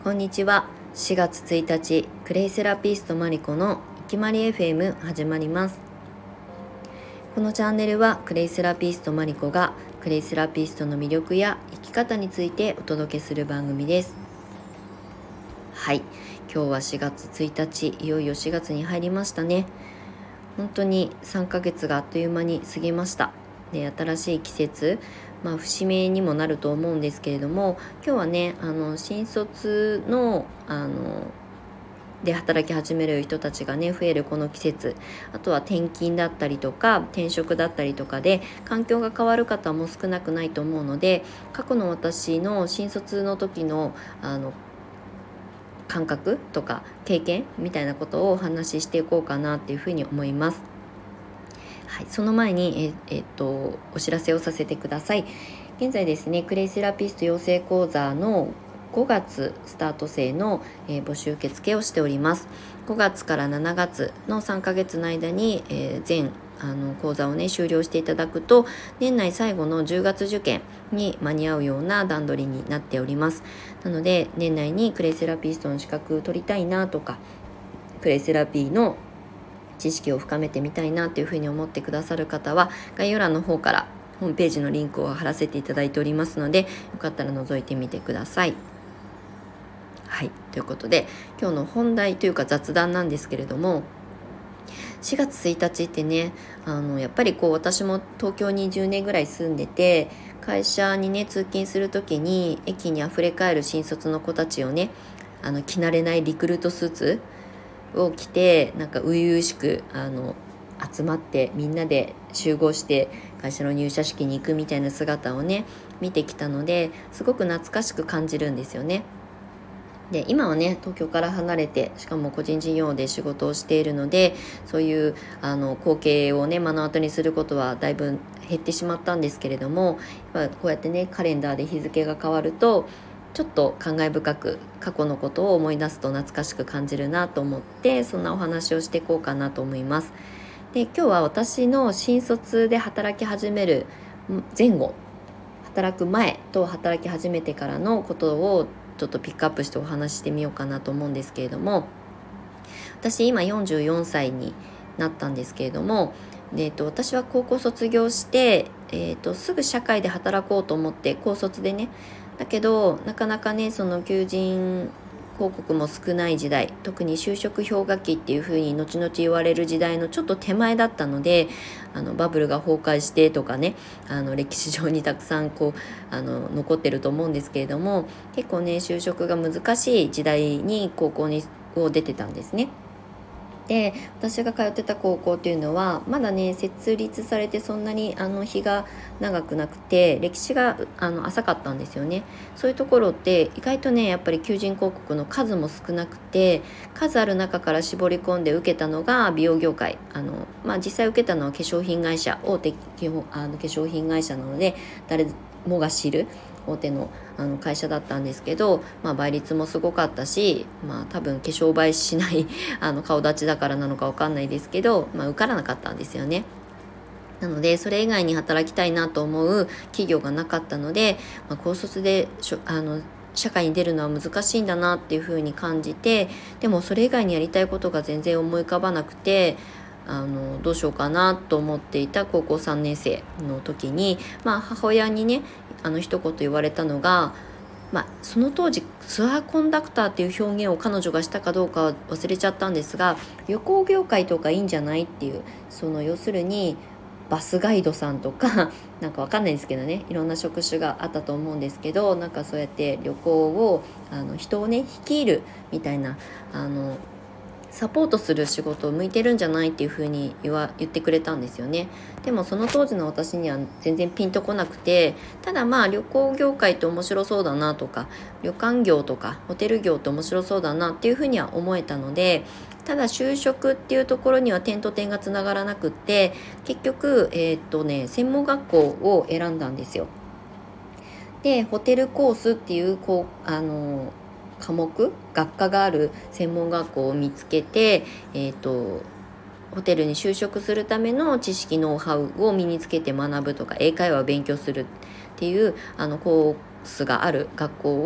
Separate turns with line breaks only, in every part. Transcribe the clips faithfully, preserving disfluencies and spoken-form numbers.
こんにちは。しがつついたち、クレイセラピストマリコのいきまり エフエム 始まります。このチャンネルはクレイセラピストマリコがクレイセラピストの魅力や生き方についてお届けする番組です。はい、今日はしがつついたち、いよいよしがつに入りましたね。本当にさんかげつがあっという間に過ぎました。で、新しい季節、まあ、節目にもなると思うんですけれども、今日はね、あの新卒のあので働き始める人たちがね増えるこの季節、あとは転勤だったりとか転職だったりとかで環境が変わる方も少なくないと思うので、過去の私の新卒の時のあの感覚とか経験みたいなことをお話ししていこうかなっていうふうに思います。はい、その前にえ、えっと、お知らせをさせてください。現在ですね、クレイセラピスト養成講座のごがつスタート生の、えー、募集受付をしております。ごがつからしちがつのさんかげつの間に、えー、全あの講座をね終了していただくと、年内最後のじゅうがつ受験に間に合うような段取りになっております。なので年内にクレイセラピストの資格取りたいなとか、クレイセラピーの知識を深めてみたいなというふうに思ってくださる方は、概要欄の方からホームページのリンクを貼らせていただいておりますので、よかったら覗いてみてください。はい、ということで今日の本題というか雑談なんですけれども、しがつついたちってね、あのやっぱりこう私も東京にじゅうねんぐらい住んでて、会社にね通勤する時に駅にあふれかえる新卒の子たちをね、あの着慣れないリクルートスーツを着て、なんか初々しくあの集まってみんなで集合して会社の入社式に行くみたいな姿をね見てきたので、すごく懐かしく感じるんですよね。で、今はね東京から離れて、しかも個人事業で仕事をしているので、そういうあの光景をね目の当たりにすることはだいぶ減ってしまったんですけれども、やっぱこうやってねカレンダーで日付が変わるとちょっと感慨深く過去のことを思い出すと懐かしく感じるなと思って、そんなお話をしていこうかなと思います。で、今日は私の新卒で働き始める前後、働く前と働き始めてからのことをちょっとピックアップしてお話ししてみようかなと思うんですけれども、私今よんじゅうよんさいになったんですけれども、で、えっと、私は高校卒業して、えっと、すぐ社会で働こうと思って高卒でね、だけどなかなかねその求人広告も少ない時代、特に就職氷河期っていう風に後々言われる時代のちょっと手前だったので、あのバブルが崩壊してとかね、あの歴史上にたくさんこうあの残ってると思うんですけれども、結構ね就職が難しい時代に高校にを出てたんですね。で、私が通ってた高校っていうのはまだね設立されてそんなにあの日が長くなくて、歴史があの浅かったんですよね。そういうところって意外とねやっぱり求人広告の数も少なくて、数ある中から絞り込んで受けたのが美容業界、あの、まあ、実際受けたのは化粧品会社、大手あの化粧品会社なので誰もが知る大手の、あの会社だったんですけど、まあ、倍率もすごかったし、まあ、多分化粧映えしないあの顔立ちだからなのか分かんないですけど、まあ、受からなかったんですよね。なのでそれ以外に働きたいなと思う企業がなかったので、まあ、高卒でしょあの社会に出るのは難しいんだなっていうふうに感じて、でもそれ以外にやりたいことが全然思い浮かばなくて、あのどうしようかなと思っていた高校さんねん生の時に、まあ、母親にねあの一言言われたのが、まあ、その当時ツアーコンダクターっていう表現を彼女がしたかどうかは忘れちゃったんですが、旅行業界とかいいんじゃないっていう、その要するにバスガイドさんとかなんかわかんないですけどね、いろんな職種があったと思うんですけど、なんかそうやって旅行をあの人をね率いるみたいな、あのサポートする仕事を向いてるんじゃないっていう風に言わ言ってくれたんですよね。でもその当時の私には全然ピンとこなくて、ただまあ旅行業界って面白そうだなとか、旅館業とかホテル業って面白そうだなっていう風には思えたので、ただ就職っていうところには点と点がつながらなくって、結局えー、っとね専門学校を選んだんですよ。で、ホテルコースっていうこうあの科目学科がある専門学校を見つけて、えーと、ホテルに就職するための知識ノウハウを身につけて学ぶとか、英会話を勉強するっていうあのコースがある学校を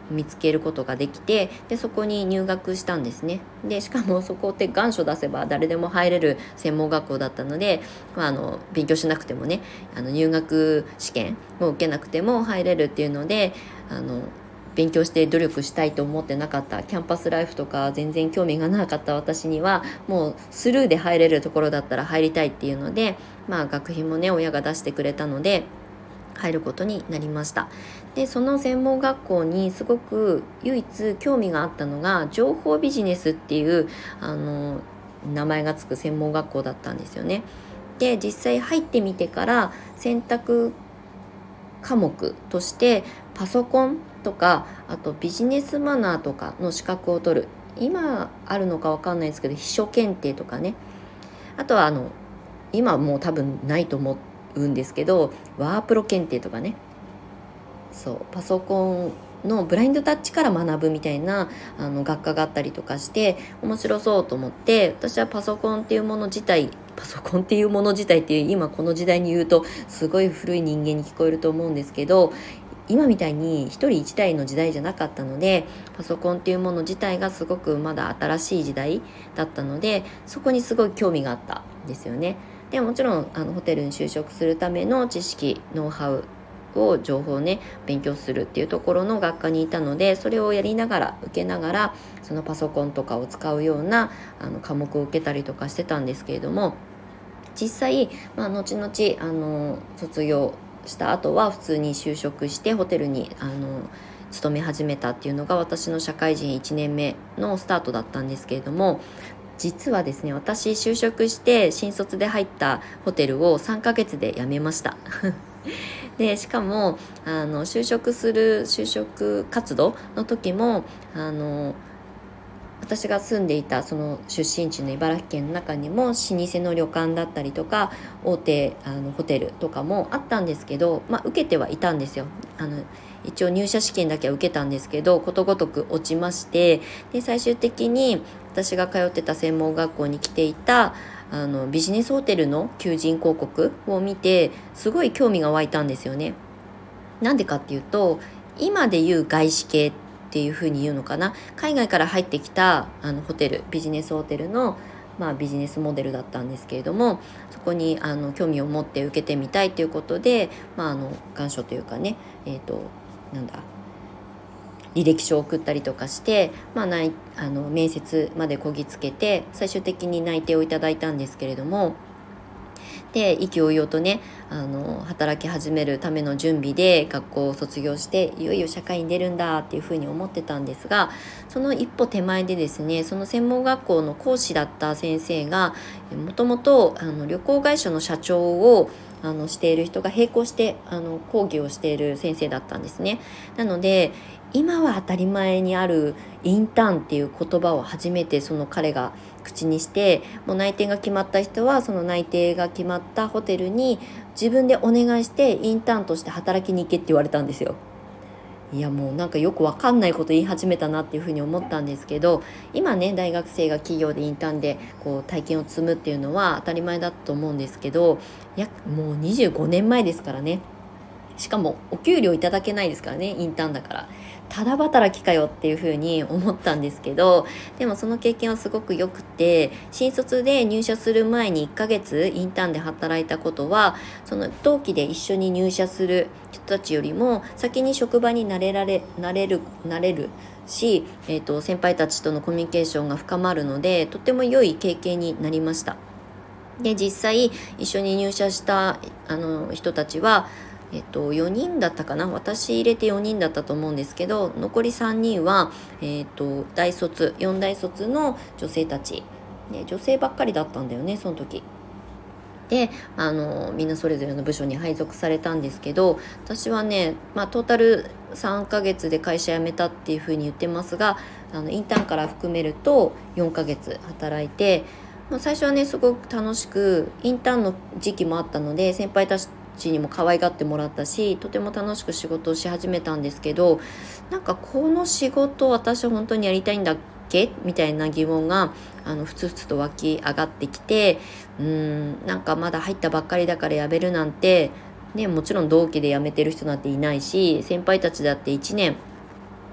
見つけることができて、でそこに入学したんですね。でしかもそこって願書出せば誰でも入れる専門学校だったので、まあ、あの勉強しなくてもね、あの入学試験も受けなくても入れるっていうので、あの勉強して努力したいと思ってなかった、キャンパスライフとか全然興味がなかった私には、もうスルーで入れるところだったら入りたいっていうので、まあ、学費もね親が出してくれたので入ることになりました。でその専門学校にすごく唯一興味があったのが情報ビジネスっていうあの名前がつく専門学校だったんですよね。で実際入ってみてから選択科目としてパソコンとか、あとビジネスマナーとかの資格を取る、今あるのか分かんないですけど秘書検定とかね、あとはあの今もう多分ないと思うんですけどワープロ検定とかね、そうパソコンのブラインドタッチから学ぶみたいなあの学科があったりとかして面白そうと思って、私はパソコンっていうもの自体パソコンっていうもの自体っていう今この時代に言うとすごい古い人間に聞こえると思うんですけど、今みたいに一人一台の時代じゃなかったので、パソコンっていうもの自体がすごくまだ新しい時代だったので、そこにすごい興味があったんですよね。でもちろんあのホテルに就職するための知識ノウハウを情報をね勉強するっていうところの学科にいたので、それをやりながら受けながらそのパソコンとかを使うようなあの科目を受けたりとかしてたんですけれども、実際、まあ、後々あの卒業した後は普通に就職してホテルにあの勤め始めたっていうのが私の社会人いちねんめのスタートだったんですけれども、実はですね私就職して新卒で入ったホテルをさんかげつで辞めましたでしかもあの就職する就職活動の時もあの私が住んでいたその出身地の茨城県の中にも老舗の旅館だったりとか大手あのホテルとかもあったんですけど、まあ、受けてはいたんですよ。あの一応入社試験だけは受けたんですけどことごとく落ちまして、で最終的に私が通ってた専門学校に来ていたあのビジネスホテルの求人広告を見てすごい興味が湧いたんですよね。なんでかっていうと、今でいう外資系っていう風に言うのかな、海外から入ってきたあのホテルビジネスホテルの、まあ、ビジネスモデルだったんですけれども、そこにあの興味を持って受けてみたいということで、まあ、あの願書というかね、えーと、なんだ履歴書を送ったりとかして、まあ、ないあの面接までこぎつけて最終的に内定をいただいたんですけれども、で意気揚々とねあの働き始めるための準備で学校を卒業していよいよ社会に出るんだっていうふうに思ってたんですが、その一歩手前でですね、その専門学校の講師だった先生がもともと旅行会社の社長をあのしている人が並行してあの講義をしている先生だったんですね。なので今は当たり前にあるインターンっていう言葉を初めてその彼が口にして、もう内定が決まった人はその内定が決まったホテルに自分でお願いしてインターンとして働きに行けって言われたんですよ。いやもうなんかよくわかんないこと言い始めたなっていうふうに思ったんですけど、今ね大学生が企業でインターンでこう体験を積むっていうのは当たり前だと思うんですけど、いやもうにじゅうごねんまえですからね。しかもお給料いただけないですからね、インターンだからただ働きかよっていう風に思ったんですけど、でもその経験はすごく良くて、新卒で入社する前にいっかげつインターンで働いたことは、その同期で一緒に入社する人たちよりも先に職場に慣れられ慣れる慣れるし、えーと、先輩たちとのコミュニケーションが深まるのでとても良い経験になりました。で実際一緒に入社したあの人たちはえっと、よにんだったかな、私入れてよにんだったと思うんですけど、残りさんにんは、えっと、大卒よん大卒の女性たちで、女性ばっかりだったんだよねその時で、あのみんなそれぞれの部署に配属されたんですけど、私はね、まあ、トータルさんかげつで会社辞めたっていう風に言ってますが、あのインターンから含めるとよんかげつ働いて、まあ、最初はねすごく楽しく、インターンの時期もあったので先輩たちにも可愛がってもらったし、とても楽しく仕事をし始めたんですけど、なんかこの仕事私本当にやりたいんだっけみたいな疑問があのふつふつと湧き上がってきて、うーんなんかまだ入ったばっかりだから辞めるなんてね、もちろん同期で辞めてる人なんていないし、先輩たちだっていちねん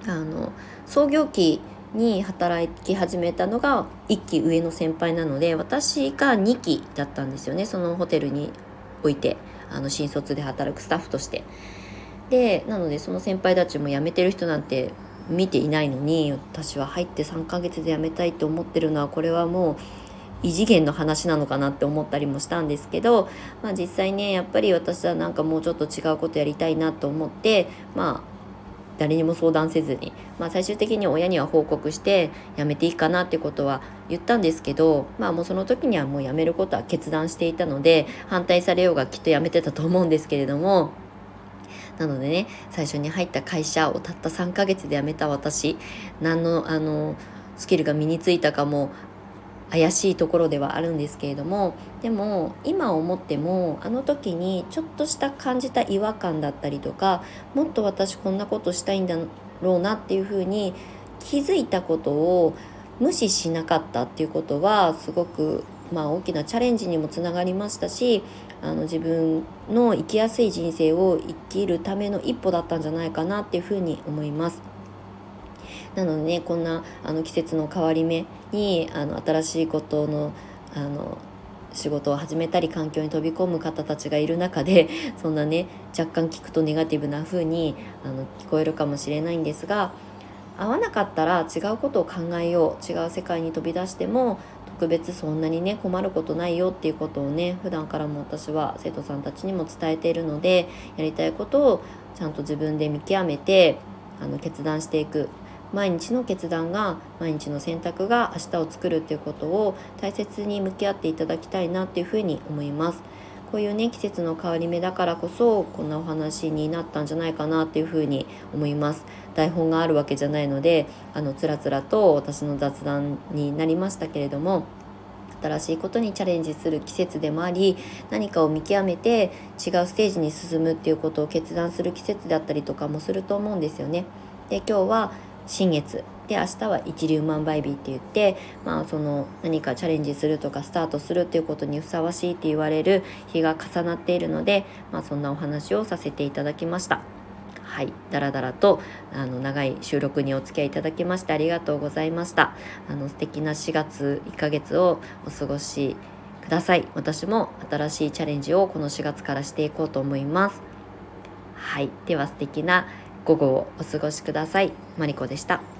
あの創業期に働き始めたのがいっき上の先輩なので、私がにきだったんですよね。そのホテルにおいてあの新卒で働くスタッフとして。でなのでその先輩たちも辞めてる人なんて見ていないのに、私は入ってさんかげつで辞めたいと思ってるのは、これはもう異次元の話なのかなって思ったりもしたんですけど、まあ、実際ねやっぱり私はなんかもうちょっと違うことやりたいなと思って、まあ誰にも相談せずに、まあ、最終的に親には報告して辞めていいかなってことは言ったんですけど、まあもうその時にはもう辞めることは決断していたので、反対されようがきっと辞めてたと思うんですけれども、なのでね、最初に入った会社をたったさんかげつで辞めた私、何のあのスキルが身についたかも怪しいところではあるんですけれども、でも今思ってもあの時にちょっとした感じた違和感だったりとか、もっと私こんなことしたいんだろうなっていうふうに気づいたことを無視しなかったっていうことは、すごくまあ大きなチャレンジにもつながりましたし、あの自分の生きやすい人生を生きるための一歩だったんじゃないかなっていうふうに思います。なのでね、こんなあの季節の変わり目にあの新しいことのあの仕事を始めたり環境に飛び込む方たちがいる中で、そんなね若干聞くとネガティブな風にあの聞こえるかもしれないんですが、合わなかったら違うことを考えよう、違う世界に飛び出しても特別そんなにね困ることないよっていうことをね、普段からも私は生徒さんたちにも伝えているので、やりたいことをちゃんと自分で見極めてあの決断していく。毎日の決断が、毎日の選択が明日を作るっていうことを大切に向き合っていただきたいなっていうふうに思います。こういうね季節の変わり目だからこそこんなお話になったんじゃないかなっていうふうに思います。台本があるわけじゃないので、あのつらつらと私の雑談になりましたけれども、新しいことにチャレンジする季節でもあり、何かを見極めて違うステージに進むっていうことを決断する季節だったりとかもすると思うんですよね。で今日は新月で、明日は一粒万倍日って言って、まあ、その何かチャレンジするとかスタートするっていうことにふさわしいって言われる日が重なっているので、まあ、そんなお話をさせていただきました。はい、だらだらとあの長い収録にお付き合いいただきましてありがとうございました。あの素敵なしがついっかげつをお過ごしください。私も新しいチャレンジをこのしがつからしていこうと思います。はい、では素敵な午後をお過ごしください。マリコでした。